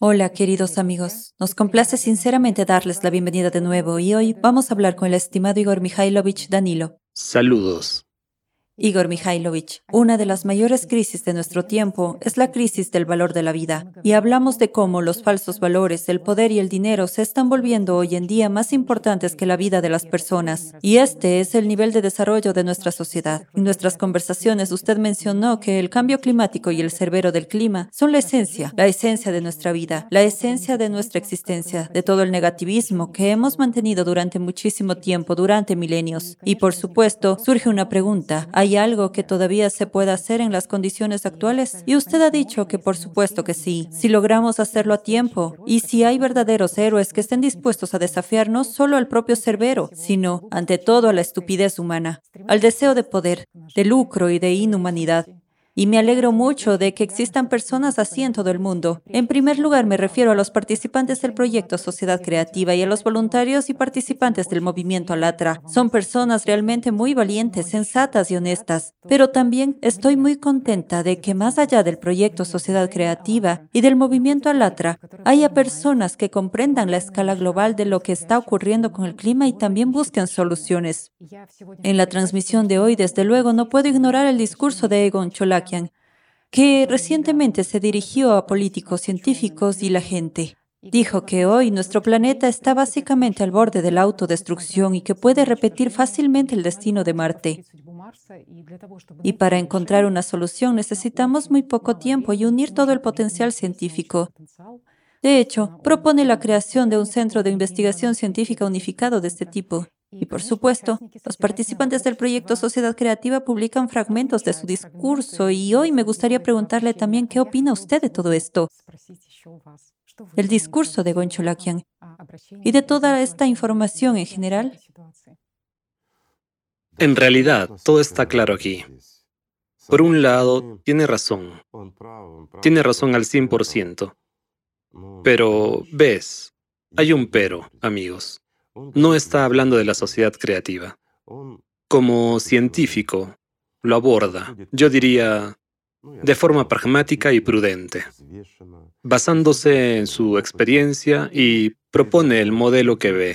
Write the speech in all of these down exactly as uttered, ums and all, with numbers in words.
Hola, queridos amigos. Nos complace sinceramente darles la bienvenida de nuevo y hoy vamos a hablar con el estimado Igor Mikhailovich Danilo. Saludos. Igor Mikhailovich, una de las mayores crisis de nuestro tiempo es la crisis del valor de la vida, y hablamos de cómo los falsos valores, el poder y el dinero se están volviendo hoy en día más importantes que la vida de las personas. Y este es el nivel de desarrollo de nuestra sociedad. En nuestras conversaciones usted mencionó que el cambio climático y el cerbero del clima son la esencia, la esencia de nuestra vida, la esencia de nuestra existencia, de todo el negativismo que hemos mantenido durante muchísimo tiempo, durante milenios. Y por supuesto, surge una pregunta. ¿Hay algo que todavía se pueda hacer en las condiciones actuales? Y usted ha dicho que por supuesto que sí, si logramos hacerlo a tiempo, y si hay verdaderos héroes que estén dispuestos a desafiar no solo al propio Cerbero, sino, ante todo, a la estupidez humana, al deseo de poder, de lucro y de inhumanidad. Y me alegro mucho de que existan personas así en todo el mundo. En primer lugar, me refiero a los participantes del proyecto Sociedad Creativa y a los voluntarios y participantes del movimiento Alatra. Son personas realmente muy valientes, sensatas y honestas. Pero también estoy muy contenta de que más allá del proyecto Sociedad Creativa y del movimiento Alatra, haya personas que comprendan la escala global de lo que está ocurriendo con el clima y también busquen soluciones. En la transmisión de hoy, desde luego, no puedo ignorar el discurso de Egon Cholakian, que recientemente se dirigió a políticos, científicos y la gente. Dijo que hoy nuestro planeta está básicamente al borde de la autodestrucción y que puede repetir fácilmente el destino de Marte. Y para encontrar una solución necesitamos muy poco tiempo y unir todo el potencial científico. De hecho, propone la creación de un centro de investigación científica unificado de este tipo. Y por supuesto, los participantes del proyecto Sociedad Creativa publican fragmentos de su discurso y hoy me gustaría preguntarle también qué opina usted de todo esto, el discurso de Gon Cholakian y de toda esta información en general. En realidad, todo está claro aquí. Por un lado, tiene razón. Tiene razón al cien por ciento. Pero, ves, hay un pero, amigos. No está hablando de la sociedad creativa. Como científico, lo aborda, yo diría, de forma pragmática y prudente, basándose en su experiencia y propone el modelo que ve.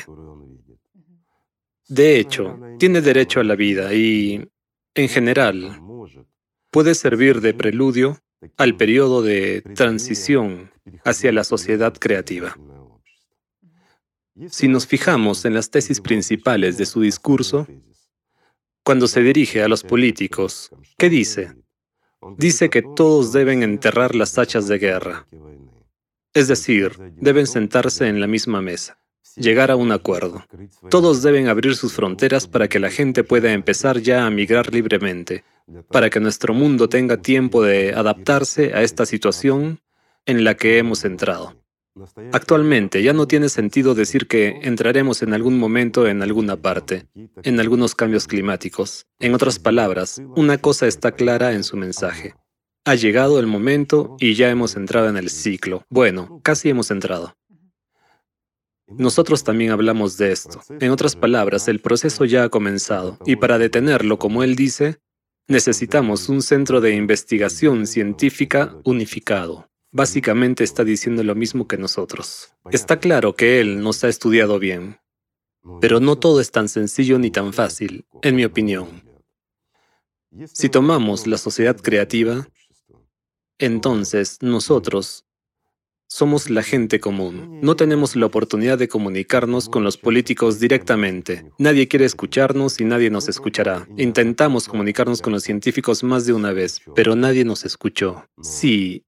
De hecho, tiene derecho a la vida y, en general, puede servir de preludio al periodo de transición hacia la sociedad creativa. Si nos fijamos en las tesis principales de su discurso, cuando se dirige a los políticos, ¿qué dice? Dice que todos deben enterrar las hachas de guerra. Es decir, deben sentarse en la misma mesa, llegar a un acuerdo. Todos deben abrir sus fronteras para que la gente pueda empezar ya a migrar libremente, para que nuestro mundo tenga tiempo de adaptarse a esta situación en la que hemos entrado. Actualmente ya no tiene sentido decir que entraremos en algún momento en alguna parte, en algunos cambios climáticos. En otras palabras, una cosa está clara en su mensaje. Ha llegado el momento y ya hemos entrado en el ciclo. Bueno, casi hemos entrado. Nosotros también hablamos de esto. En otras palabras, el proceso ya ha comenzado, y para detenerlo, como él dice, necesitamos un centro de investigación científica unificado. Básicamente está diciendo lo mismo que nosotros. Está claro que él nos ha estudiado bien, pero no todo es tan sencillo ni tan fácil, en mi opinión. Si tomamos la sociedad creativa, entonces nosotros somos la gente común. No tenemos la oportunidad de comunicarnos con los políticos directamente. Nadie quiere escucharnos y nadie nos escuchará. Intentamos comunicarnos con los científicos más de una vez, pero nadie nos escuchó. Sí,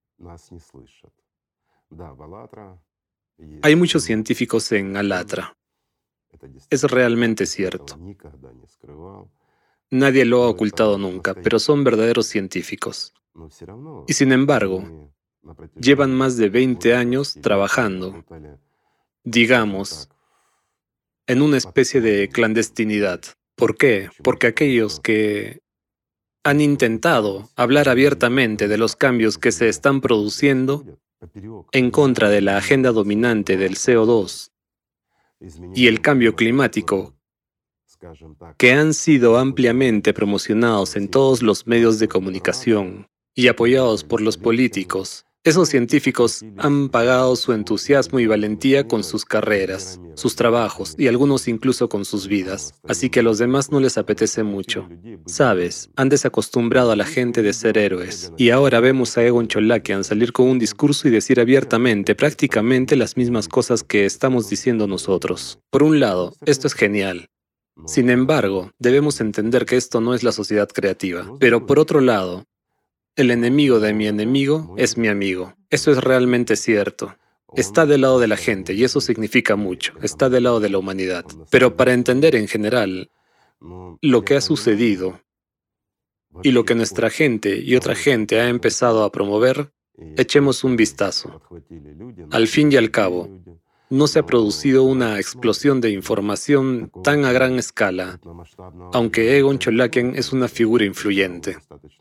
hay muchos científicos en Alatra. Es realmente cierto. Nadie lo ha ocultado nunca, pero son verdaderos científicos. Y sin embargo, llevan más de veinte años trabajando, digamos, en una especie de clandestinidad. ¿Por qué? Porque aquellos que han intentado hablar abiertamente de los cambios que se están produciendo en contra de la agenda dominante del C O dos y el cambio climático, que han sido ampliamente promocionados en todos los medios de comunicación y apoyados por los políticos, Esos científicos han pagado su entusiasmo y valentía con sus carreras, sus trabajos y algunos incluso con sus vidas, así que a los demás no les apetece mucho. Sabes, han desacostumbrado a la gente de ser héroes, y ahora vemos a Egon Cholakian salir con un discurso y decir abiertamente prácticamente las mismas cosas que estamos diciendo nosotros. Por un lado, esto es genial. Sin embargo, debemos entender que esto no es la sociedad creativa. Pero por otro lado, el enemigo de mi enemigo es mi amigo. Eso es realmente cierto. Está del lado de la gente y eso significa mucho. Está del lado de la humanidad. Pero para entender en general lo que ha sucedido y lo que nuestra gente y otra gente ha empezado a promover, echemos un vistazo. Al fin y al cabo, no se ha producido una explosión de información tan a gran escala, aunque Egon Cholakian es una figura influyente.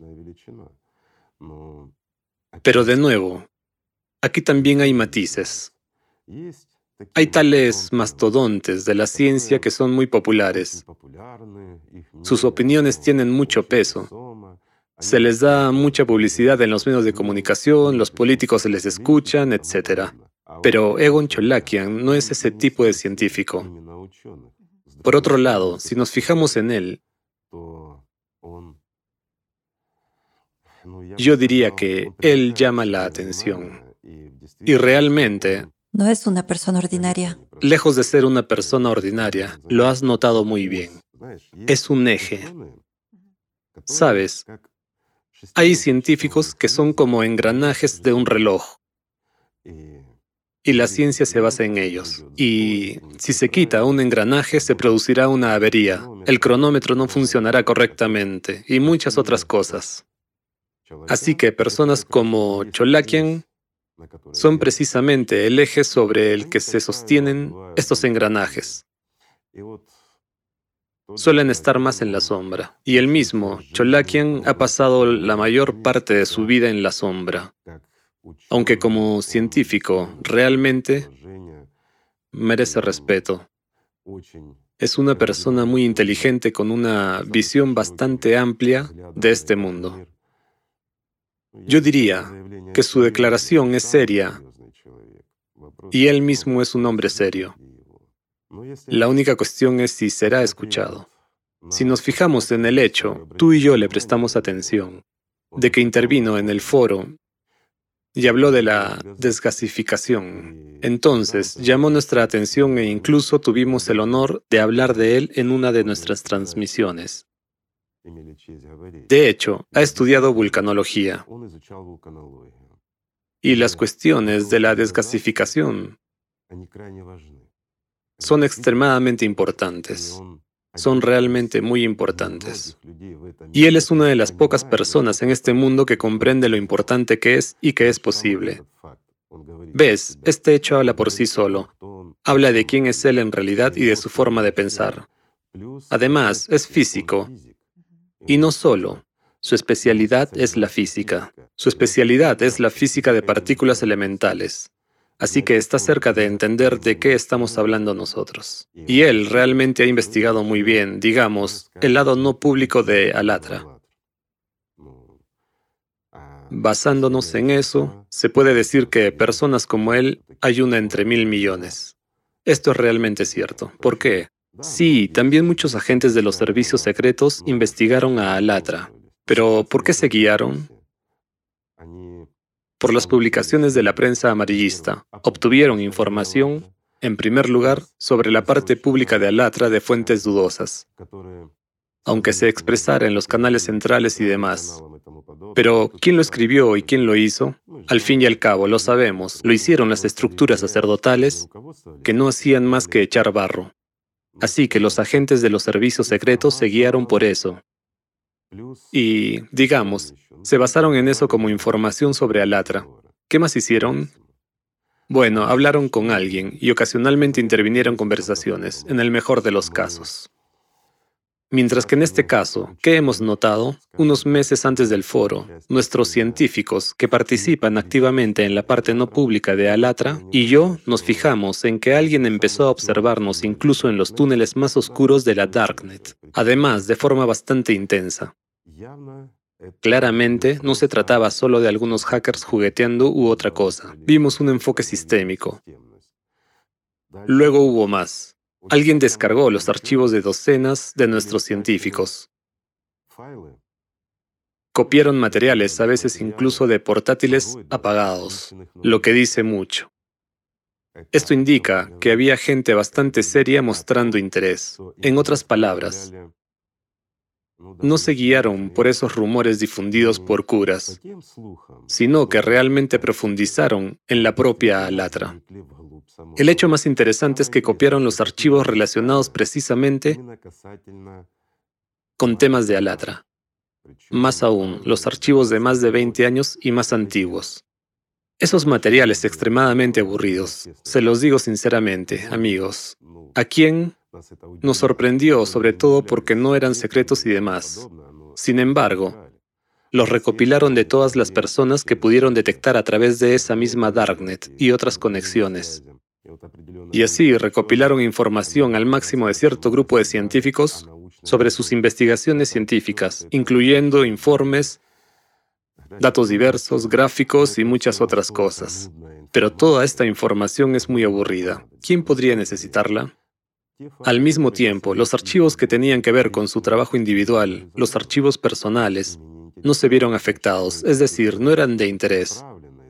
Pero de nuevo, aquí también hay matices. Hay tales mastodontes de la ciencia que son muy populares. Sus opiniones tienen mucho peso. Se les da mucha publicidad en los medios de comunicación, los políticos se les escuchan, etcétera. Pero Egon Cholakian no es ese tipo de científico. Por otro lado, si nos fijamos en él, yo diría que él llama la atención. Y realmente, No es una persona ordinaria. lejos de ser una persona ordinaria, lo has notado muy bien. Es un eje. ¿Sabes? Hay científicos que son como engranajes de un reloj. Y la ciencia se basa en ellos. Y si se quita un engranaje, se producirá una avería. El cronómetro no funcionará correctamente y muchas otras cosas. Así que personas como Cholakian son precisamente el eje sobre el que se sostienen estos engranajes. Suelen estar más en la sombra. Y él mismo, Cholakian, ha pasado la mayor parte de su vida en la sombra. Aunque como científico, realmente merece respeto. Es una persona muy inteligente con una visión bastante amplia de este mundo. Yo diría que su declaración es seria y él mismo es un hombre serio. La única cuestión es si será escuchado. Si nos fijamos en el hecho, tú y yo le prestamos atención, de que intervino en el foro y habló de la desgasificación. Entonces, llamó nuestra atención e incluso tuvimos el honor de hablar de él en una de nuestras transmisiones. De hecho, ha estudiado vulcanología. Y las cuestiones de la desgasificación son extremadamente importantes. Son realmente muy importantes. Y él es una de las pocas personas en este mundo que comprende lo importante que es y que es posible. ¿Ves? Este hecho habla por sí solo. Habla de quién es él en realidad y de su forma de pensar. Además, es físico. Y no solo. Su especialidad es la física. Su especialidad es la física de partículas elementales. Así que está cerca de entender de qué estamos hablando nosotros. Y él realmente ha investigado muy bien, digamos, el lado no público de ALLATRA. Basándonos en eso, se puede decir que personas como él hay una entre mil millones. Esto es realmente cierto. ¿Por qué? Sí, también muchos agentes de los servicios secretos investigaron a ALLATRA. Pero, ¿por qué se guiaron? Por las publicaciones de la prensa amarillista. Obtuvieron información, en primer lugar, sobre la parte pública de ALLATRA de fuentes dudosas, aunque se expresara en los canales centrales y demás. Pero, ¿quién lo escribió y quién lo hizo? Al fin y al cabo, lo sabemos, lo hicieron las estructuras sacerdotales que no hacían más que echar barro. Así que los agentes de los servicios secretos se guiaron por eso. Y, digamos, se basaron en eso como información sobre ALLATRA. ¿Qué más hicieron? Bueno, hablaron con alguien y ocasionalmente intervinieron conversaciones, en el mejor de los casos. Mientras que en este caso, ¿qué hemos notado? Unos meses antes del foro, nuestros científicos que participan activamente en la parte no pública de ALLATRA y yo nos fijamos en que alguien empezó a observarnos incluso en los túneles más oscuros de la Darknet, además de forma bastante intensa. Claramente, no se trataba solo de algunos hackers jugueteando u otra cosa. Vimos un enfoque sistémico. Luego hubo más. Alguien descargó los archivos de docenas de nuestros científicos. Copiaron materiales, a veces incluso de portátiles apagados, lo que dice mucho. Esto indica que había gente bastante seria mostrando interés. En otras palabras, no se guiaron por esos rumores difundidos por curas, sino que realmente profundizaron en la propia Alatra. El hecho más interesante es que copiaron los archivos relacionados precisamente con temas de Alatra. Más aún, los archivos de más de veinte años y más antiguos. Esos materiales extremadamente aburridos, se los digo sinceramente, amigos, ¿a quién nos sorprendió, sobre todo porque no eran secretos y demás? Sin embargo, los recopilaron de todas las personas que pudieron detectar a través de esa misma Darknet y otras conexiones. Y así recopilaron información al máximo de cierto grupo de científicos sobre sus investigaciones científicas, incluyendo informes, datos diversos, gráficos y muchas otras cosas. Pero toda esta información es muy aburrida. ¿Quién podría necesitarla? Al mismo tiempo, los archivos que tenían que ver con su trabajo individual, los archivos personales, no se vieron afectados, es decir, no eran de interés.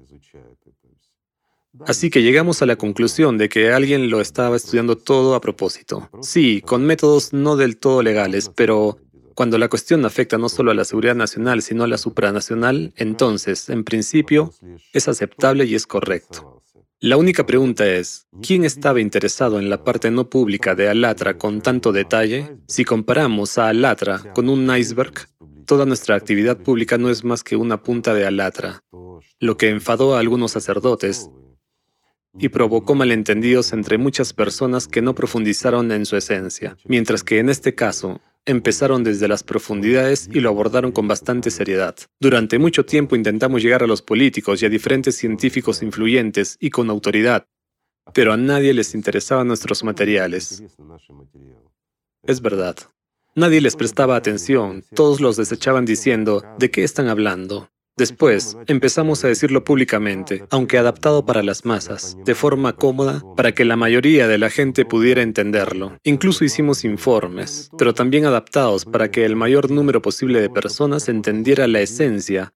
Así que llegamos a la conclusión de que alguien lo estaba estudiando todo a propósito. Sí, con métodos no del todo legales, pero cuando la cuestión afecta no solo a la seguridad nacional, sino a la supranacional, entonces, en principio, es aceptable y es correcto. La única pregunta es, ¿quién estaba interesado en la parte no pública de Alatra con tanto detalle? Si comparamos a Alatra con un iceberg, toda nuestra actividad pública no es más que una punta de Alatra, lo que enfadó a algunos sacerdotes y provocó malentendidos entre muchas personas que no profundizaron en su esencia, mientras que en este caso, empezaron desde las profundidades y lo abordaron con bastante seriedad. Durante mucho tiempo intentamos llegar a los políticos y a diferentes científicos influyentes y con autoridad, pero a nadie les interesaban nuestros materiales. Es verdad. Nadie les prestaba atención, todos los desechaban diciendo, ¿de qué están hablando? Después, empezamos a decirlo públicamente, aunque adaptado para las masas, de forma cómoda, para que la mayoría de la gente pudiera entenderlo. Incluso hicimos informes, pero también adaptados para que el mayor número posible de personas entendiera la esencia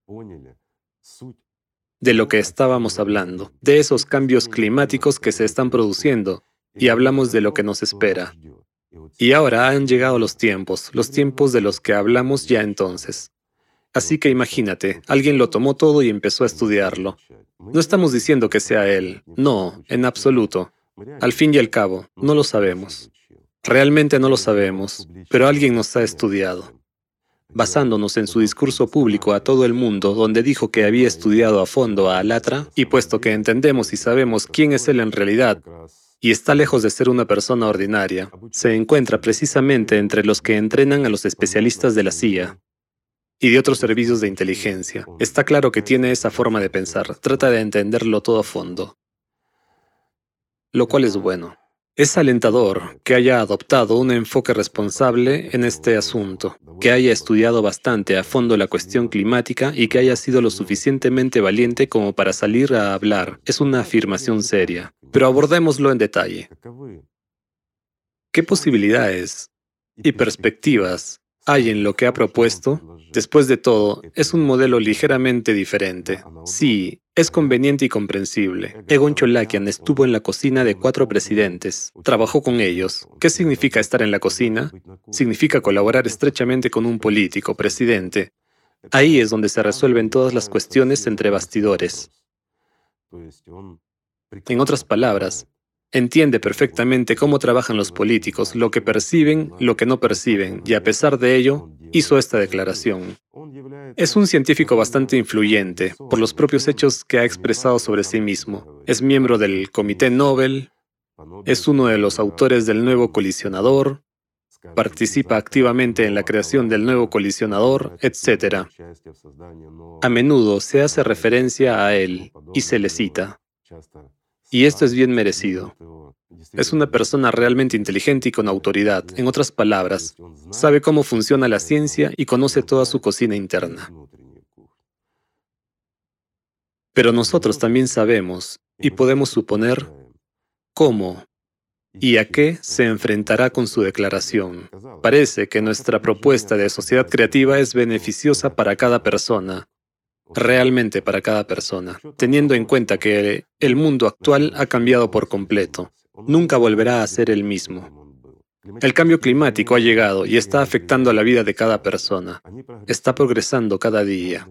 de lo que estábamos hablando, de esos cambios climáticos que se están produciendo, y hablamos de lo que nos espera. Y ahora han llegado los tiempos, los tiempos de los que hablamos ya entonces. Así que imagínate, alguien lo tomó todo y empezó a estudiarlo. No estamos diciendo que sea él, no, en absoluto. Al fin y al cabo, no lo sabemos. Realmente no lo sabemos, pero alguien nos ha estudiado. Basándonos en su discurso público a todo el mundo, donde dijo que había estudiado a fondo a Alatra, y puesto que entendemos y sabemos quién es él en realidad, y está lejos de ser una persona ordinaria, se encuentra precisamente entre los que entrenan a los especialistas de la C I A. Y de otros servicios de inteligencia. Está claro que tiene esa forma de pensar, trata de entenderlo todo a fondo. Lo cual es bueno. Es alentador que haya adoptado un enfoque responsable en este asunto, que haya estudiado bastante a fondo la cuestión climática y que haya sido lo suficientemente valiente como para salir a hablar. Es una afirmación seria, pero abordémoslo en detalle. ¿Qué posibilidades y perspectivas hay en lo que ha propuesto? Después de todo, es un modelo ligeramente diferente. Sí, es conveniente y comprensible. Egon Cholakian estuvo en la cocina de cuatro presidentes. Trabajó con ellos. ¿Qué significa estar en la cocina? Significa colaborar estrechamente con un político, presidente. Ahí es donde se resuelven todas las cuestiones entre bastidores. En otras palabras, entiende perfectamente cómo trabajan los políticos, lo que perciben, lo que no perciben, y a pesar de ello, hizo esta declaración. Es un científico bastante influyente, por los propios hechos que ha expresado sobre sí mismo. Es miembro del Comité Nobel, es uno de los autores del nuevo colisionador, participa activamente en la creación del nuevo colisionador, etcétera. A menudo se hace referencia a él, y se le cita. Y esto es bien merecido. Es una persona realmente inteligente y con autoridad. En otras palabras, sabe cómo funciona la ciencia y conoce toda su cocina interna. Pero nosotros también sabemos y podemos suponer cómo y a qué se enfrentará con su declaración. Parece que nuestra propuesta de sociedad creativa es beneficiosa para cada persona, realmente para cada persona, teniendo en cuenta que el mundo actual ha cambiado por completo. Nunca volverá a ser el mismo. El cambio climático ha llegado y está afectando a la vida de cada persona. Está progresando cada día.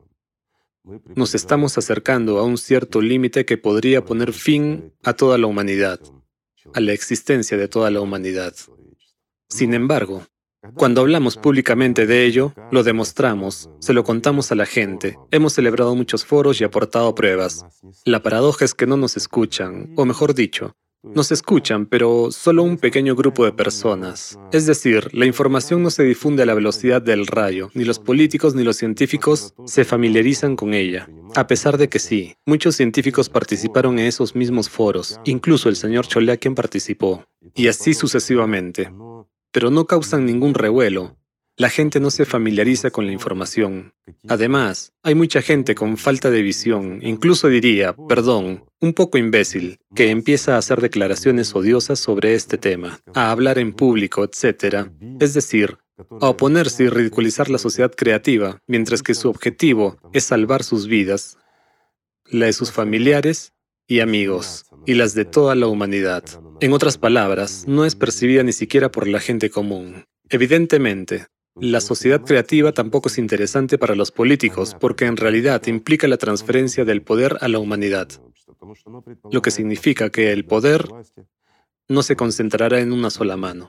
Nos estamos acercando a un cierto límite que podría poner fin a toda la humanidad, a la existencia de toda la humanidad. Sin embargo, cuando hablamos públicamente de ello, lo demostramos, se lo contamos a la gente, hemos celebrado muchos foros y aportado pruebas. La paradoja es que no nos escuchan, o mejor dicho, nos escuchan, pero solo un pequeño grupo de personas. Es decir, la información no se difunde a la velocidad del rayo, ni los políticos ni los científicos se familiarizan con ella. A pesar de que sí, muchos científicos participaron en esos mismos foros, incluso el señor Choliakian participó, y así sucesivamente. Pero no causan ningún revuelo. La gente no se familiariza con la información. Además, hay mucha gente con falta de visión, incluso diría, perdón, un poco imbécil, que empieza a hacer declaraciones odiosas sobre este tema, a hablar en público, etcétera. Es decir, a oponerse y ridiculizar la sociedad creativa, mientras que su objetivo es salvar sus vidas, la de sus familiares y amigos, y las de toda la humanidad. En otras palabras, no es percibida ni siquiera por la gente común. Evidentemente, la sociedad creativa tampoco es interesante para los políticos, porque en realidad implica la transferencia del poder a la humanidad, lo que significa que el poder no se concentrará en una sola mano.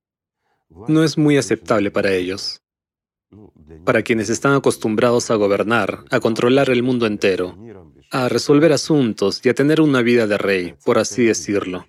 No es muy aceptable para ellos, para quienes están acostumbrados a gobernar, a controlar el mundo entero, a resolver asuntos y a tener una vida de rey, por así decirlo.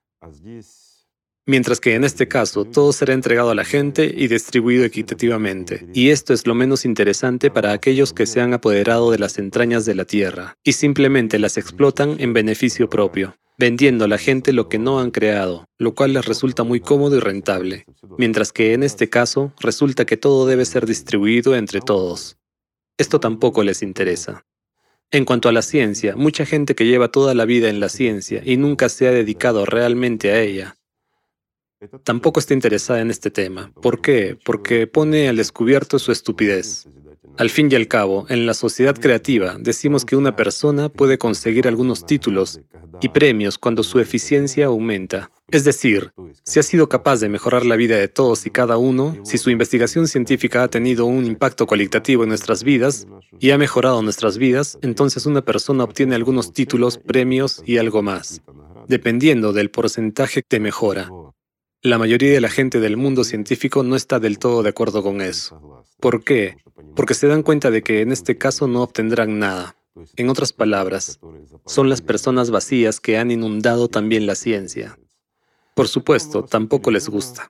Mientras que en este caso todo será entregado a la gente y distribuido equitativamente. Y esto es lo menos interesante para aquellos que se han apoderado de las entrañas de la tierra y simplemente las explotan en beneficio propio, vendiendo a la gente lo que no han creado, lo cual les resulta muy cómodo y rentable. Mientras que en este caso resulta que todo debe ser distribuido entre todos. Esto tampoco les interesa. En cuanto a la ciencia, mucha gente que lleva toda la vida en la ciencia y nunca se ha dedicado realmente a ella, tampoco está interesada en este tema. ¿Por qué? Porque pone al descubierto su estupidez. Al fin y al cabo, en la sociedad creativa decimos que una persona puede conseguir algunos títulos y premios cuando su eficiencia aumenta. Es decir, si ha sido capaz de mejorar la vida de todos y cada uno, si su investigación científica ha tenido un impacto cualitativo en nuestras vidas y ha mejorado nuestras vidas, entonces una persona obtiene algunos títulos, premios y algo más, dependiendo del porcentaje de mejora. La mayoría de la gente del mundo científico no está del todo de acuerdo con eso. ¿Por qué? Porque se dan cuenta de que en este caso no obtendrán nada. En otras palabras, son las personas vacías que han inundado también la ciencia. Por supuesto, tampoco les gusta.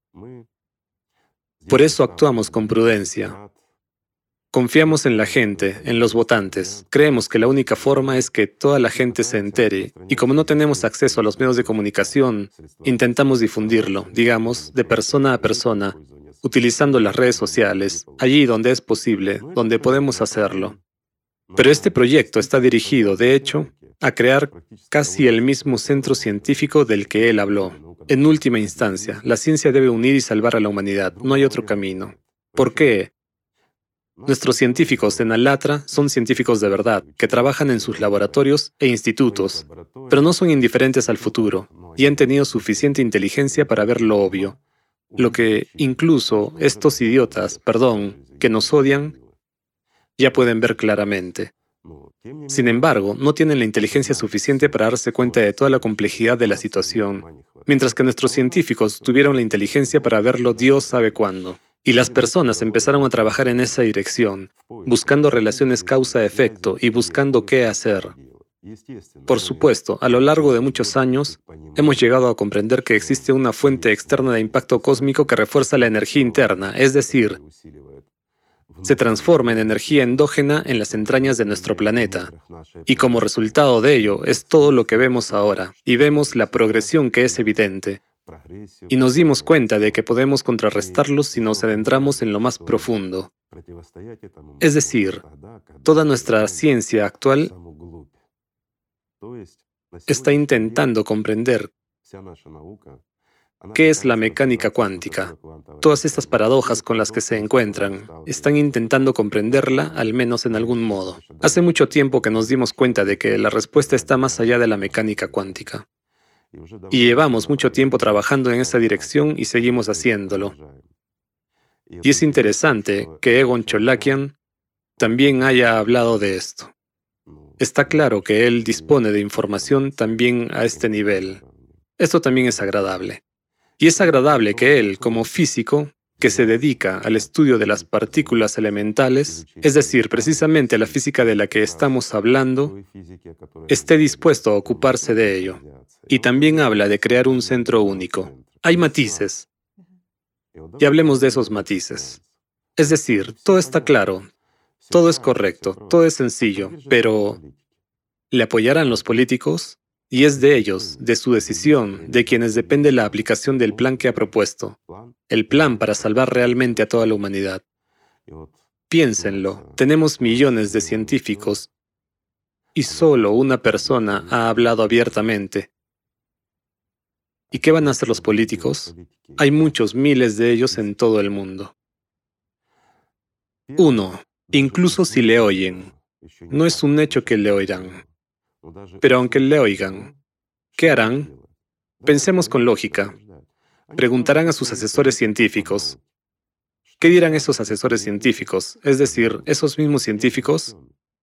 Por eso actuamos con prudencia. Confiamos en la gente, en los votantes. Creemos que la única forma es que toda la gente se entere, y como no tenemos acceso a los medios de comunicación, intentamos difundirlo, digamos, de persona a persona, utilizando las redes sociales, allí donde es posible, donde podemos hacerlo. Pero este proyecto está dirigido, de hecho, a crear casi el mismo centro científico del que él habló. En última instancia, la ciencia debe unir y salvar a la humanidad, no hay otro camino. ¿Por qué? Nuestros científicos en Alatra son científicos de verdad, que trabajan en sus laboratorios e institutos, pero no son indiferentes al futuro, y han tenido suficiente inteligencia para ver lo obvio, lo que incluso estos idiotas, perdón, que nos odian, ya pueden ver claramente. Sin embargo, no tienen la inteligencia suficiente para darse cuenta de toda la complejidad de la situación, mientras que nuestros científicos tuvieron la inteligencia para verlo Dios sabe cuándo. Y las personas empezaron a trabajar en esa dirección, buscando relaciones causa-efecto y buscando qué hacer. Por supuesto, a lo largo de muchos años, hemos llegado a comprender que existe una fuente externa de impacto cósmico que refuerza la energía interna, es decir, se transforma en energía endógena en las entrañas de nuestro planeta. Y como resultado de ello es todo lo que vemos ahora, y vemos la progresión que es evidente. Y nos dimos cuenta de que podemos contrarrestarlos si nos adentramos en lo más profundo. Es decir, toda nuestra ciencia actual está intentando comprender qué es la mecánica cuántica. Todas estas paradojas con las que se encuentran, están intentando comprenderla, al menos en algún modo. Hace mucho tiempo que nos dimos cuenta de que la respuesta está más allá de la mecánica cuántica. Y llevamos mucho tiempo trabajando en esa dirección y seguimos haciéndolo. Y es interesante que Egon Cholakian también haya hablado de esto. Está claro que él dispone de información también a este nivel. Esto también es agradable. Y es agradable que él, como físico, que se dedica al estudio de las partículas elementales, es decir, precisamente la física de la que estamos hablando, esté dispuesto a ocuparse de ello. Y también habla de crear un centro único. Hay matices. Y hablemos de esos matices. Es decir, todo está claro, todo es correcto, todo es sencillo, pero ¿le apoyarán los políticos? Y es de ellos, de su decisión, de quienes depende la aplicación del plan que ha propuesto, el plan para salvar realmente a toda la humanidad. Piénsenlo, tenemos millones de científicos y solo una persona ha hablado abiertamente. ¿Y qué van a hacer los políticos? Hay muchos miles de ellos en todo el mundo. Uno, incluso si le oyen, no es un hecho que le oirán. Pero aunque le oigan, ¿qué harán? Pensemos con lógica. Preguntarán a sus asesores científicos. ¿Qué dirán esos asesores científicos? Es decir, esos mismos científicos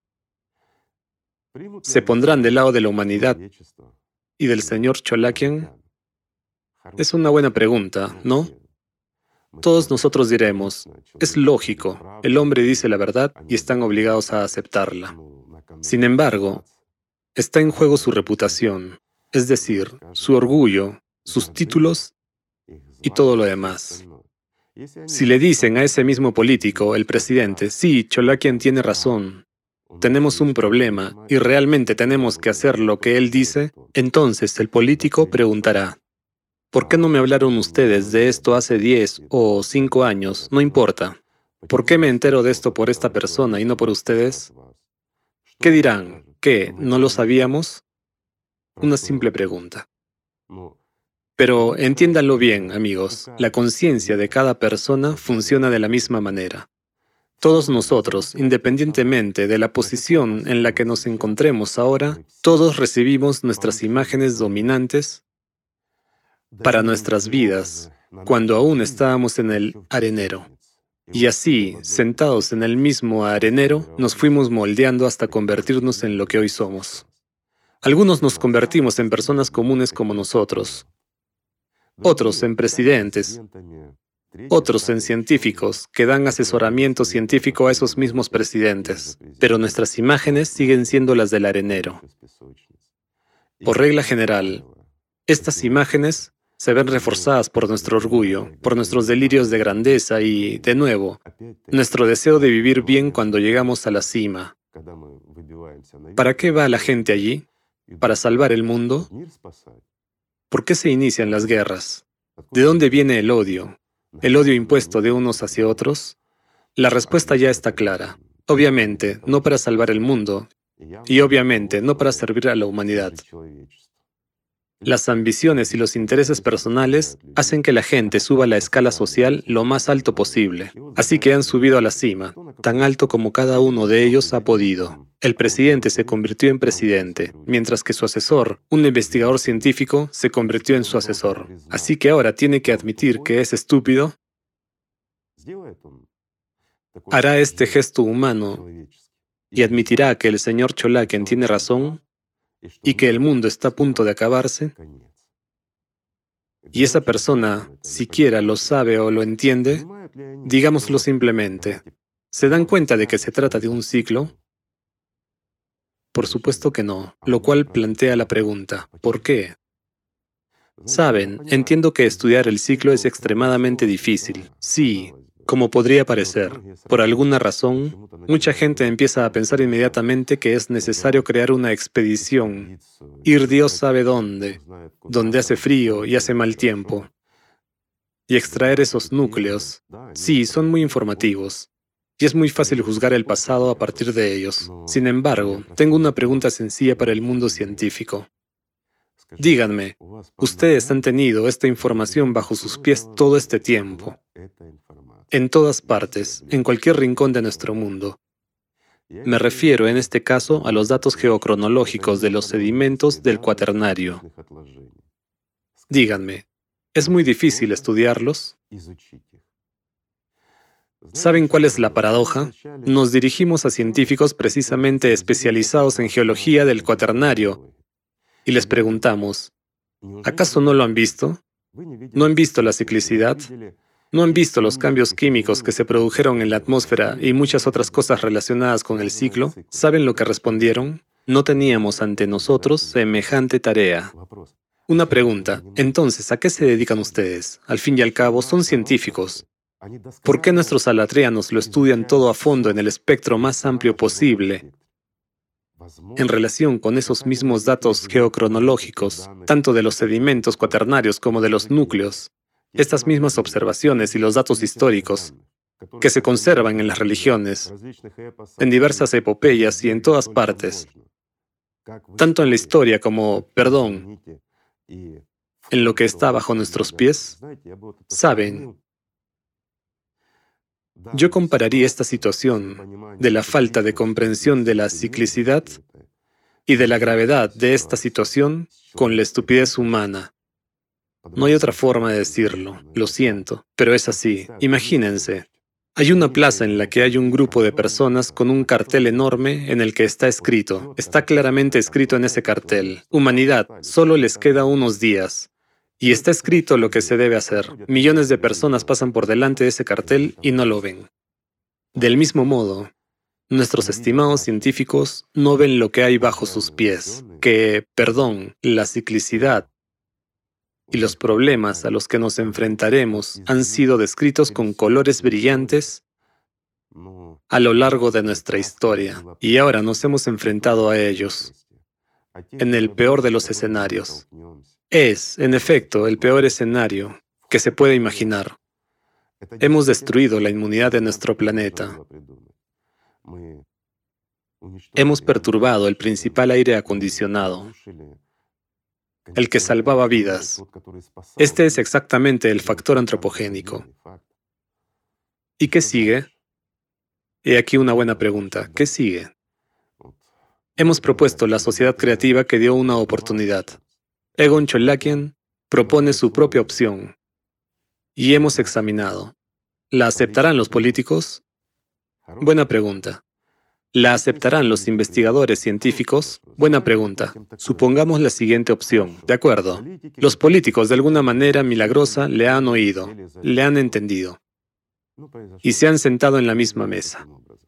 se pondrán del lado de la humanidad y del señor Cholakian. Es una buena pregunta, ¿no? Todos nosotros diremos, es lógico, el hombre dice la verdad y están obligados a aceptarla. Sin embargo, está en juego su reputación, es decir, su orgullo, sus títulos y todo lo demás. Si le dicen a ese mismo político, el presidente, sí, Cholakian tiene razón, tenemos un problema y realmente tenemos que hacer lo que él dice, entonces el político preguntará, ¿por qué no me hablaron ustedes de esto hace diez o cinco años? No importa. ¿Por qué me entero de esto por esta persona y no por ustedes? ¿Qué dirán? ¿Qué? ¿No lo sabíamos? Una simple pregunta. Pero entiéndanlo bien, amigos, la conciencia de cada persona funciona de la misma manera. Todos nosotros, independientemente de la posición en la que nos encontremos ahora, todos recibimos nuestras imágenes dominantes para nuestras vidas, cuando aún estábamos en el arenero. Y así, sentados en el mismo arenero, nos fuimos moldeando hasta convertirnos en lo que hoy somos. Algunos nos convertimos en personas comunes como nosotros, otros en presidentes, otros en científicos que dan asesoramiento científico a esos mismos presidentes, pero nuestras imágenes siguen siendo las del arenero. Por regla general, estas imágenes se ven reforzadas por nuestro orgullo, por nuestros delirios de grandeza y, de nuevo, nuestro deseo de vivir bien cuando llegamos a la cima. ¿Para qué va la gente allí? ¿Para salvar el mundo? ¿Por qué se inician las guerras? ¿De dónde viene el odio? ¿El odio impuesto de unos hacia otros? La respuesta ya está clara. Obviamente, no para salvar el mundo, y obviamente no para servir a la humanidad. Las ambiciones y los intereses personales hacen que la gente suba la escala social lo más alto posible. Así que han subido a la cima, tan alto como cada uno de ellos ha podido. El presidente se convirtió en presidente, mientras que su asesor, un investigador científico, se convirtió en su asesor. Así que ahora tiene que admitir que es estúpido. Hará este gesto humano y admitirá que el señor Cholakian tiene razón y que el mundo está a punto de acabarse, y esa persona siquiera lo sabe o lo entiende, digámoslo simplemente, ¿se dan cuenta de que se trata de un ciclo? Por supuesto que no, lo cual plantea la pregunta, ¿por qué? Saben, entiendo que estudiar el ciclo es extremadamente difícil. Sí, Como podría parecer, por alguna razón, mucha gente empieza a pensar inmediatamente que es necesario crear una expedición, ir Dios sabe dónde, donde hace frío y hace mal tiempo, y extraer esos núcleos. Sí, son muy informativos, y es muy fácil juzgar el pasado a partir de ellos. Sin embargo, tengo una pregunta sencilla para el mundo científico. Díganme, ustedes han tenido esta información bajo sus pies todo este tiempo, en todas partes, en cualquier rincón de nuestro mundo. Me refiero en este caso a los datos geocronológicos de los sedimentos del Cuaternario. Díganme, ¿es muy difícil estudiarlos? ¿Saben cuál es la paradoja? Nos dirigimos a científicos precisamente especializados en geología del Cuaternario y les preguntamos, ¿acaso no lo han visto? ¿No han visto la ciclicidad? ¿No han visto los cambios químicos que se produjeron en la atmósfera y muchas otras cosas relacionadas con el ciclo? ¿Saben lo que respondieron? No teníamos ante nosotros semejante tarea. Una pregunta, entonces, ¿a qué se dedican ustedes? Al fin y al cabo, son científicos. ¿Por qué nuestros alatrianos lo estudian todo a fondo en el espectro más amplio posible, en relación con esos mismos datos geocronológicos, tanto de los sedimentos cuaternarios como de los núcleos? Estas mismas observaciones y los datos históricos que se conservan en las religiones, en diversas epopeyas y en todas partes, tanto en la historia como, perdón, en lo que está bajo nuestros pies, saben, yo compararía esta situación de la falta de comprensión de la ciclicidad y de la gravedad de esta situación con la estupidez humana. No hay otra forma de decirlo, lo siento, pero es así. Imagínense, hay una plaza en la que hay un grupo de personas con un cartel enorme en el que está escrito, está claramente escrito en ese cartel, humanidad, solo les queda unos días. Y está escrito lo que se debe hacer. Millones de personas pasan por delante de ese cartel y no lo ven. Del mismo modo, nuestros estimados científicos no ven lo que hay bajo sus pies, que, perdón, la ciclicidad y los problemas a los que nos enfrentaremos han sido descritos con colores brillantes a lo largo de nuestra historia, y ahora nos hemos enfrentado a ellos en el peor de los escenarios. Es, en efecto, el peor escenario que se puede imaginar. Hemos destruido la inmunidad de nuestro planeta. Hemos perturbado el principal aire acondicionado, el que salvaba vidas. Este es exactamente el factor antropogénico. ¿Y qué sigue? He aquí una buena pregunta. ¿Qué sigue? Hemos propuesto la sociedad creativa que dio una oportunidad. Egon Cholakian propone su propia opción. Y hemos examinado. ¿La aceptarán los políticos? Buena pregunta. ¿La aceptarán los investigadores científicos? Buena pregunta. Supongamos la siguiente opción. De acuerdo. Los políticos de alguna manera milagrosa le han oído, le han entendido. Y se han sentado en la misma mesa.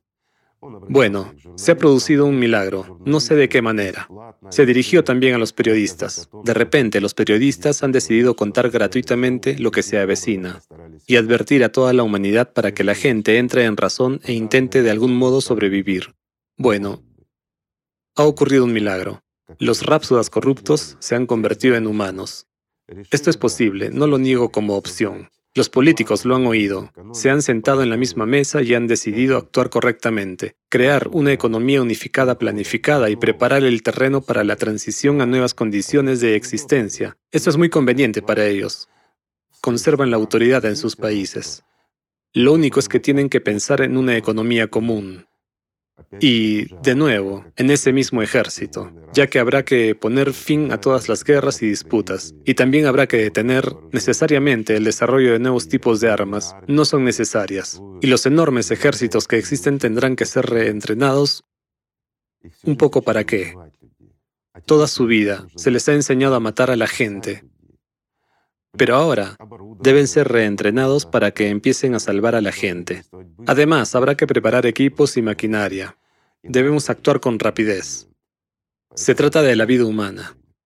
Bueno, se ha producido un milagro, no sé de qué manera. Se dirigió también a los periodistas. De repente, los periodistas han decidido contar gratuitamente lo que se avecina y advertir a toda la humanidad para que la gente entre en razón e intente de algún modo sobrevivir. Bueno, ha ocurrido un milagro. Los rápsodas corruptos se han convertido en humanos. Esto es posible, no lo niego como opción. Los políticos lo han oído, se han sentado en la misma mesa y han decidido actuar correctamente, crear una economía unificada planificada y preparar el terreno para la transición a nuevas condiciones de existencia. Esto es muy conveniente para ellos. Conservan la autoridad en sus países. Lo único es que tienen que pensar en una economía común. Y, de nuevo, en ese mismo ejército, ya que habrá que poner fin a todas las guerras y disputas, y también habrá que detener necesariamente el desarrollo de nuevos tipos de armas, no son necesarias, y los enormes ejércitos que existen tendrán que ser reentrenados. ¿Un poco para qué? Toda su vida se les ha enseñado a matar a la gente, pero ahora deben ser reentrenados para que empiecen a salvar a la gente. Además, habrá que preparar equipos y maquinaria. Debemos actuar con rapidez. Se trata de la vida humana.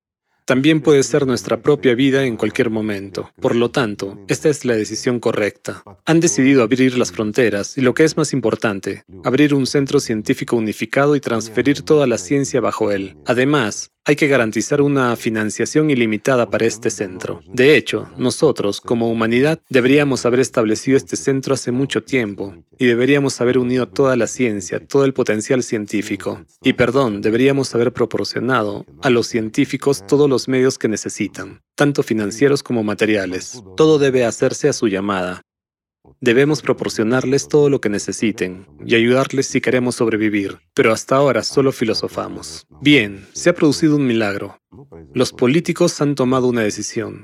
También puede ser nuestra propia vida en cualquier momento. Por lo tanto, esta es la decisión correcta. Han decidido abrir las fronteras y, lo que es más importante, abrir un centro científico unificado y transferir toda la ciencia bajo él. Además, hay que garantizar una financiación ilimitada para este centro. De hecho, nosotros, como humanidad, deberíamos haber establecido este centro hace mucho tiempo y deberíamos haber unido toda la ciencia, todo el potencial científico. Y perdón, deberíamos haber proporcionado a los científicos todos los medios que necesitan, tanto financieros como materiales. Todo debe hacerse a su llamada. Debemos proporcionarles todo lo que necesiten y ayudarles si queremos sobrevivir, pero hasta ahora solo filosofamos. Bien, se ha producido un milagro. Los políticos han tomado una decisión.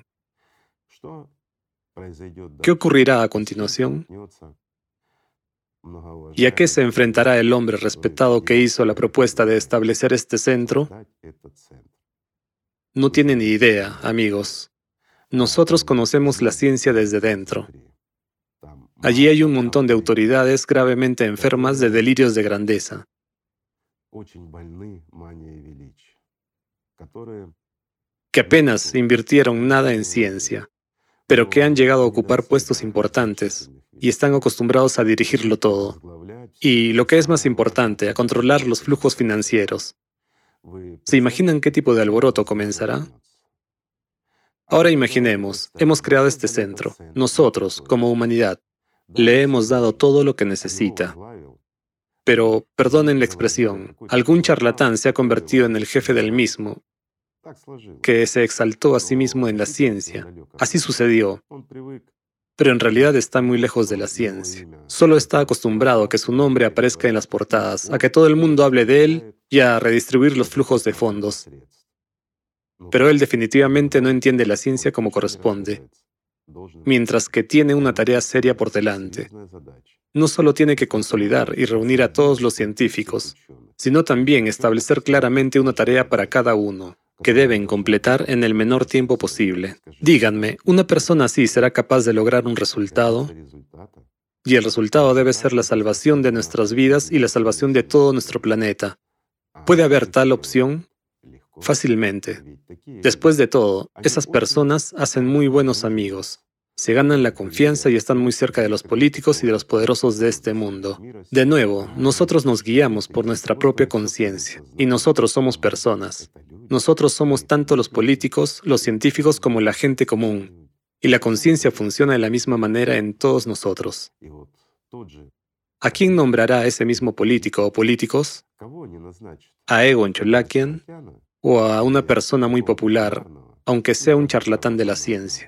¿Qué ocurrirá a continuación? ¿Y a qué se enfrentará el hombre respetado que hizo la propuesta de establecer este centro? No tienen ni idea, amigos. Nosotros conocemos la ciencia desde dentro. Allí hay un montón de autoridades gravemente enfermas de delirios de grandeza, que apenas invirtieron nada en ciencia, pero que han llegado a ocupar puestos importantes y están acostumbrados a dirigirlo todo. Y, lo que es más importante, a controlar los flujos financieros. ¿Se imaginan qué tipo de alboroto comenzará? Ahora imaginemos, hemos creado este centro. Nosotros, como humanidad, le hemos dado todo lo que necesita. Pero, perdonen la expresión, algún charlatán se ha convertido en el jefe del mismo, que se exaltó a sí mismo en la ciencia. Así sucedió. Pero en realidad está muy lejos de la ciencia. Solo está acostumbrado a que su nombre aparezca en las portadas, a que todo el mundo hable de él y a redistribuir los flujos de fondos. Pero él definitivamente no entiende la ciencia como corresponde, mientras que tiene una tarea seria por delante. No solo tiene que consolidar y reunir a todos los científicos, sino también establecer claramente una tarea para cada uno, que deben completar en el menor tiempo posible. Díganme, ¿una persona así será capaz de lograr un resultado? Y el resultado debe ser la salvación de nuestras vidas y la salvación de todo nuestro planeta. ¿Puede haber tal opción? Fácilmente. Después de todo, esas personas hacen muy buenos amigos. Se ganan la confianza y están muy cerca de los políticos y de los poderosos de este mundo. De nuevo, nosotros nos guiamos por nuestra propia conciencia, y nosotros somos personas. Nosotros somos tanto los políticos, los científicos como la gente común, y la conciencia funciona de la misma manera en todos nosotros. ¿A quién nombrará ese mismo político o políticos? ¿A Egon Cholakian o a una persona muy popular, aunque sea un charlatán de la ciencia?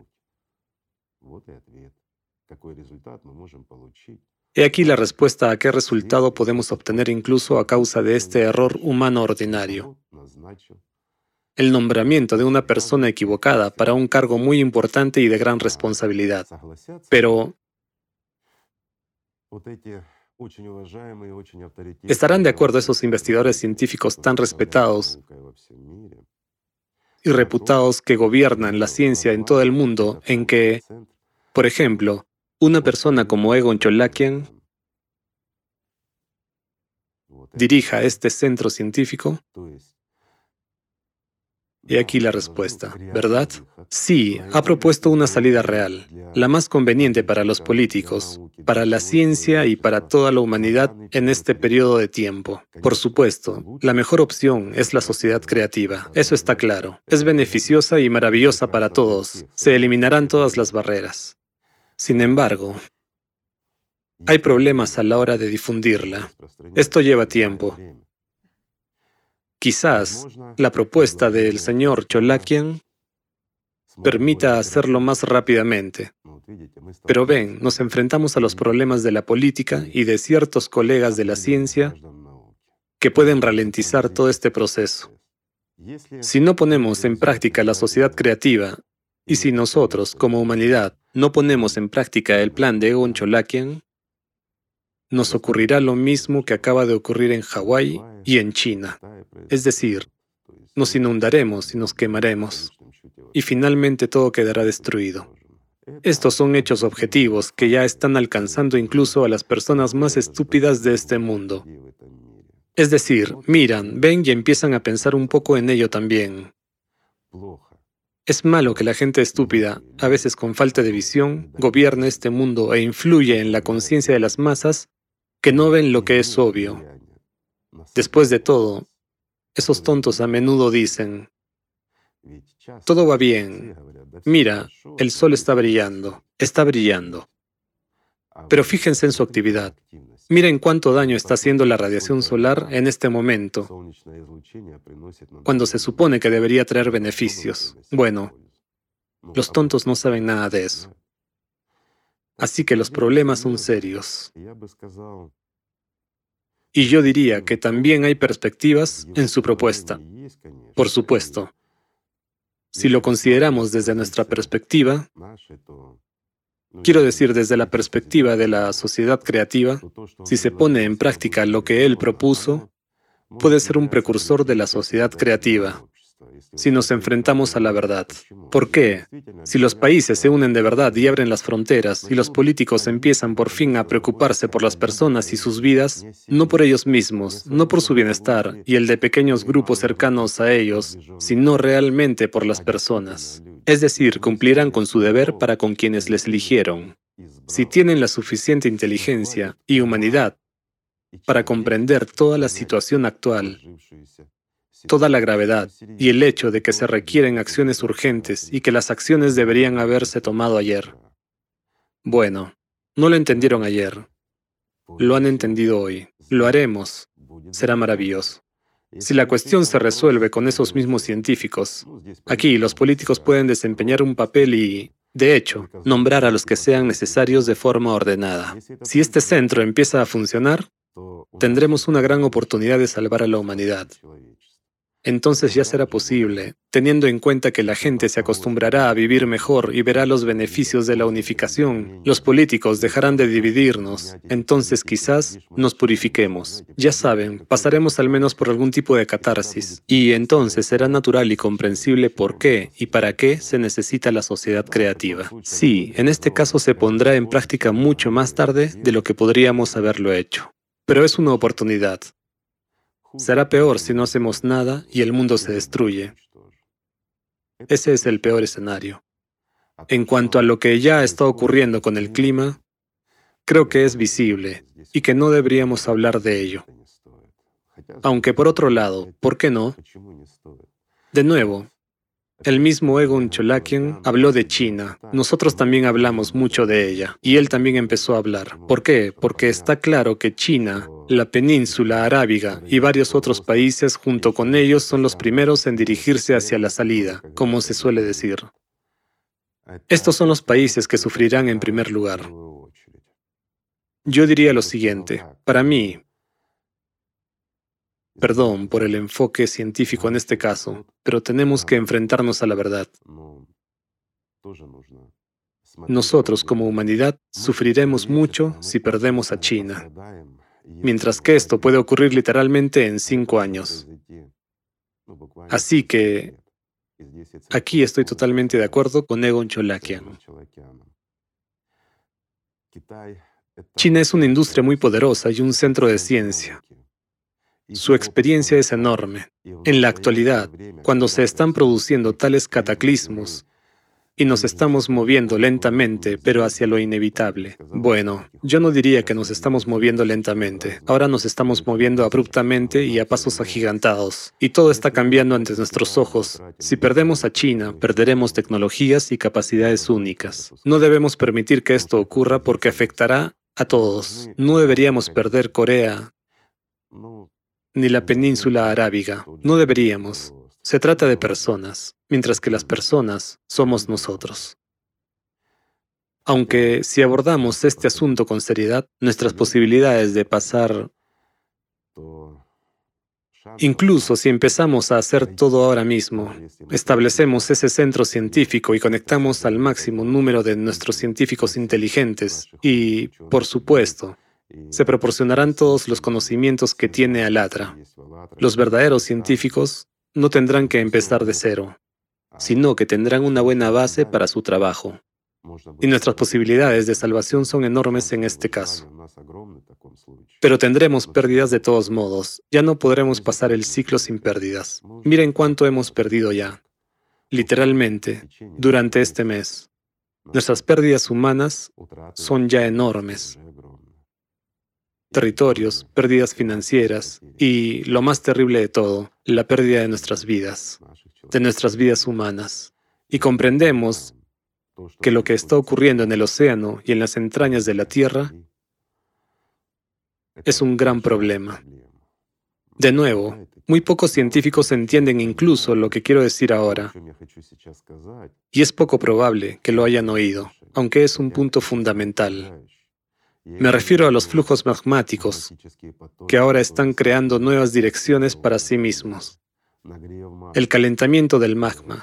He aquí la respuesta a qué resultado podemos obtener incluso a causa de este error humano ordinario. El nombramiento de una persona equivocada para un cargo muy importante y de gran responsabilidad. Pero, ¿estarán de acuerdo esos investigadores científicos tan respetados y reputados que gobiernan la ciencia en todo el mundo en que, por ejemplo, una persona como Egon Cholakian dirija este centro científico? Y aquí la respuesta, ¿verdad? Sí, ha propuesto una salida real, la más conveniente para los políticos, para la ciencia y para toda la humanidad en este periodo de tiempo. Por supuesto, la mejor opción es la sociedad creativa, eso está claro. Es beneficiosa y maravillosa para todos. Se eliminarán todas las barreras. Sin embargo, hay problemas a la hora de difundirla. Esto lleva tiempo. Quizás la propuesta del señor Cholakian permita hacerlo más rápidamente. Pero ven, nos enfrentamos a los problemas de la política y de ciertos colegas de la ciencia que pueden ralentizar todo este proceso. Si no ponemos en práctica la sociedad creativa y si nosotros, como humanidad, no ponemos en práctica el plan de Egon Cholakian, nos ocurrirá lo mismo que acaba de ocurrir en Hawái y en China. Es decir, nos inundaremos y nos quemaremos, y finalmente todo quedará destruido. Estos son hechos objetivos que ya están alcanzando incluso a las personas más estúpidas de este mundo. Es decir, miran, ven y empiezan a pensar un poco en ello también. Es malo que la gente estúpida, a veces con falta de visión, gobierne este mundo e influye en la conciencia de las masas que no ven lo que es obvio. Después de todo, esos tontos a menudo dicen, todo va bien, mira, el sol está brillando, está brillando. Pero fíjense en su actividad. Miren cuánto daño está haciendo la radiación solar en este momento, cuando se supone que debería traer beneficios. Bueno, los tontos no saben nada de eso. Así que los problemas son serios. Y yo diría que también hay perspectivas en su propuesta. Por supuesto, si lo consideramos desde nuestra perspectiva, quiero decir desde la perspectiva de la sociedad creativa, si se pone en práctica lo que él propuso, puede ser un precursor de la sociedad creativa, si nos enfrentamos a la verdad. ¿Por qué? Si los países se unen de verdad y abren las fronteras, y los políticos empiezan por fin a preocuparse por las personas y sus vidas, no por ellos mismos, no por su bienestar y el de pequeños grupos cercanos a ellos, sino realmente por las personas. Es decir, cumplirán con su deber para con quienes les eligieron. Si tienen la suficiente inteligencia y humanidad para comprender toda la situación actual, toda la gravedad y el hecho de que se requieren acciones urgentes y que las acciones deberían haberse tomado ayer. Bueno, no lo entendieron ayer. Lo han entendido hoy. Lo haremos. Será maravilloso. Si la cuestión se resuelve con esos mismos científicos, aquí los políticos pueden desempeñar un papel y, de hecho, nombrar a los que sean necesarios de forma ordenada. Si este centro empieza a funcionar, tendremos una gran oportunidad de salvar a la humanidad. Entonces ya será posible, teniendo en cuenta que la gente se acostumbrará a vivir mejor y verá los beneficios de la unificación. Los políticos dejarán de dividirnos, entonces quizás nos purifiquemos. Ya saben, pasaremos al menos por algún tipo de catarsis, y entonces será natural y comprensible por qué y para qué se necesita la sociedad creativa. Sí, en este caso se pondrá en práctica mucho más tarde de lo que podríamos haberlo hecho. Pero es una oportunidad. Será peor si no hacemos nada y el mundo se destruye. Ese es el peor escenario. En cuanto a lo que ya está ocurriendo con el clima, creo que es visible y que no deberíamos hablar de ello. Aunque por otro lado, ¿por qué no? De nuevo, el mismo Egon Cholakian habló de China. Nosotros también hablamos mucho de ella. Y él también empezó a hablar. ¿Por qué? Porque está claro que China, la península arábiga y varios otros países junto con ellos son los primeros en dirigirse hacia la salida, como se suele decir. Estos son los países que sufrirán en primer lugar. Yo diría lo siguiente. Para mí, perdón por el enfoque científico en este caso, pero tenemos que enfrentarnos a la verdad. Nosotros, como humanidad, sufriremos mucho si perdemos a China, mientras que esto puede ocurrir literalmente en cinco años. Así que, aquí estoy totalmente de acuerdo con Egon Cholakian. China es una industria muy poderosa y un centro de ciencia. Su experiencia es enorme. En la actualidad, cuando se están produciendo tales cataclismos y nos estamos moviendo lentamente, pero hacia lo inevitable. Bueno, yo no diría que nos estamos moviendo lentamente. Ahora nos estamos moviendo abruptamente y a pasos agigantados. Y todo está cambiando ante nuestros ojos. Si perdemos a China, perderemos tecnologías y capacidades únicas. No debemos permitir que esto ocurra porque afectará a todos. No deberíamos perder Corea ni la península arábiga. No deberíamos. Se trata de personas, mientras que las personas somos nosotros. Aunque si abordamos este asunto con seriedad, nuestras posibilidades de pasar, incluso si empezamos a hacer todo ahora mismo, establecemos ese centro científico y conectamos al máximo número de nuestros científicos inteligentes y, por supuesto, se proporcionarán todos los conocimientos que tiene Alatra. Los verdaderos científicos no tendrán que empezar de cero, sino que tendrán una buena base para su trabajo. Y nuestras posibilidades de salvación son enormes en este caso. Pero tendremos pérdidas de todos modos. Ya no podremos pasar el ciclo sin pérdidas. Miren cuánto hemos perdido ya. Literalmente, durante este mes, nuestras pérdidas humanas son ya enormes. Territorios, pérdidas financieras y, lo más terrible de todo, la pérdida de nuestras vidas, de nuestras vidas humanas. Y comprendemos que lo que está ocurriendo en el océano y en las entrañas de la Tierra es un gran problema. De nuevo, muy pocos científicos entienden incluso lo que quiero decir ahora, y es poco probable que lo hayan oído, aunque es un punto fundamental. Me refiero a los flujos magmáticos, que ahora están creando nuevas direcciones para sí mismos. El calentamiento del magma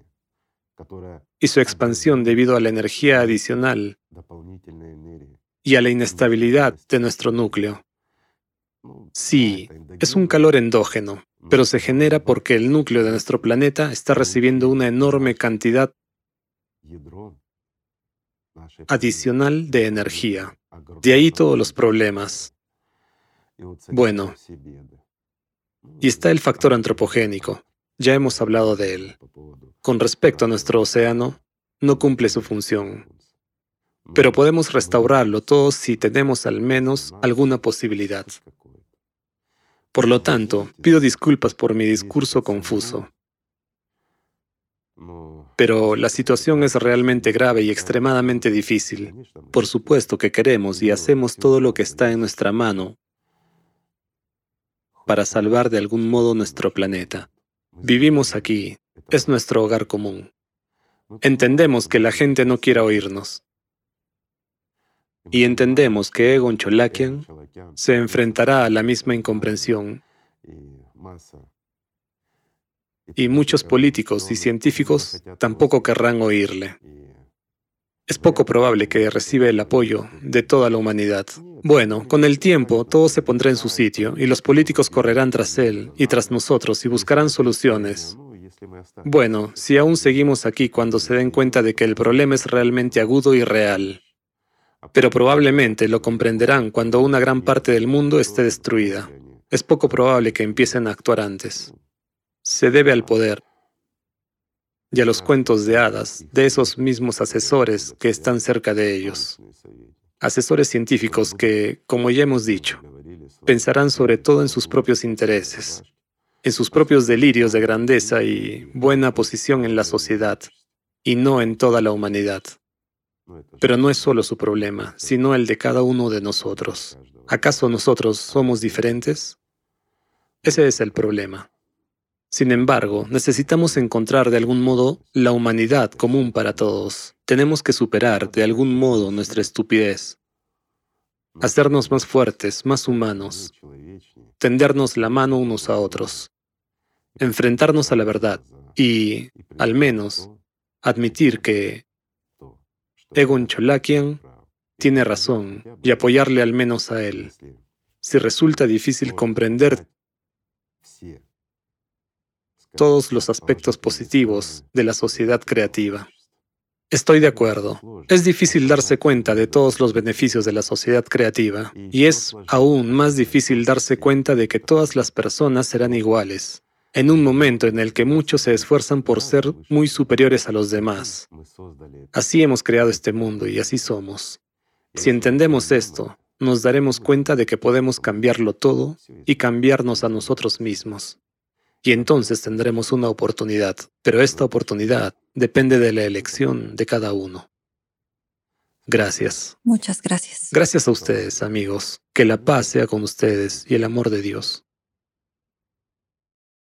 y su expansión debido a la energía adicional y a la inestabilidad de nuestro núcleo. Sí, es un calor endógeno, pero se genera porque el núcleo de nuestro planeta está recibiendo una enorme cantidad adicional de energía. De ahí todos los problemas. Bueno, y está el factor antropogénico. Ya hemos hablado de él. Con respecto a nuestro océano, no cumple su función. Pero podemos restaurarlo todo si tenemos al menos alguna posibilidad. Por lo tanto, pido disculpas por mi discurso confuso. Pero la situación es realmente grave y extremadamente difícil. Por supuesto que queremos y hacemos todo lo que está en nuestra mano para salvar de algún modo nuestro planeta. Vivimos aquí, es nuestro hogar común. Entendemos que la gente no quiera oírnos. Y entendemos que Egon Cholakian se enfrentará a la misma incomprensión. Y muchos políticos y científicos tampoco querrán oírle. Es poco probable que reciba el apoyo de toda la humanidad. Bueno, con el tiempo todo se pondrá en su sitio y los políticos correrán tras él y tras nosotros y buscarán soluciones. Bueno, si aún seguimos aquí cuando se den cuenta de que el problema es realmente agudo y real. Pero probablemente lo comprenderán cuando una gran parte del mundo esté destruida. Es poco probable que empiecen a actuar antes. Se debe al poder y a los cuentos de hadas de esos mismos asesores que están cerca de ellos. Asesores científicos que, como ya hemos dicho, pensarán sobre todo en sus propios intereses, en sus propios delirios de grandeza y buena posición en la sociedad, y no en toda la humanidad. Pero no es solo su problema, sino el de cada uno de nosotros. ¿Acaso nosotros somos diferentes? Ese es el problema. Sin embargo, necesitamos encontrar de algún modo la humanidad común para todos. Tenemos que superar de algún modo nuestra estupidez, hacernos más fuertes, más humanos, tendernos la mano unos a otros, enfrentarnos a la verdad y, al menos, admitir que Egon Cholakian tiene razón y apoyarle al menos a él. Si resulta difícil comprender todos los aspectos positivos de la sociedad creativa. Estoy de acuerdo. Es difícil darse cuenta de todos los beneficios de la sociedad creativa, y es aún más difícil darse cuenta de que todas las personas serán iguales, en un momento en el que muchos se esfuerzan por ser muy superiores a los demás. Así hemos creado este mundo y así somos. Si entendemos esto, nos daremos cuenta de que podemos cambiarlo todo y cambiarnos a nosotros mismos. Y entonces tendremos una oportunidad, pero esta oportunidad depende de la elección de cada uno. Gracias. Muchas gracias. Gracias a ustedes, amigos. Que la paz sea con ustedes y el amor de Dios.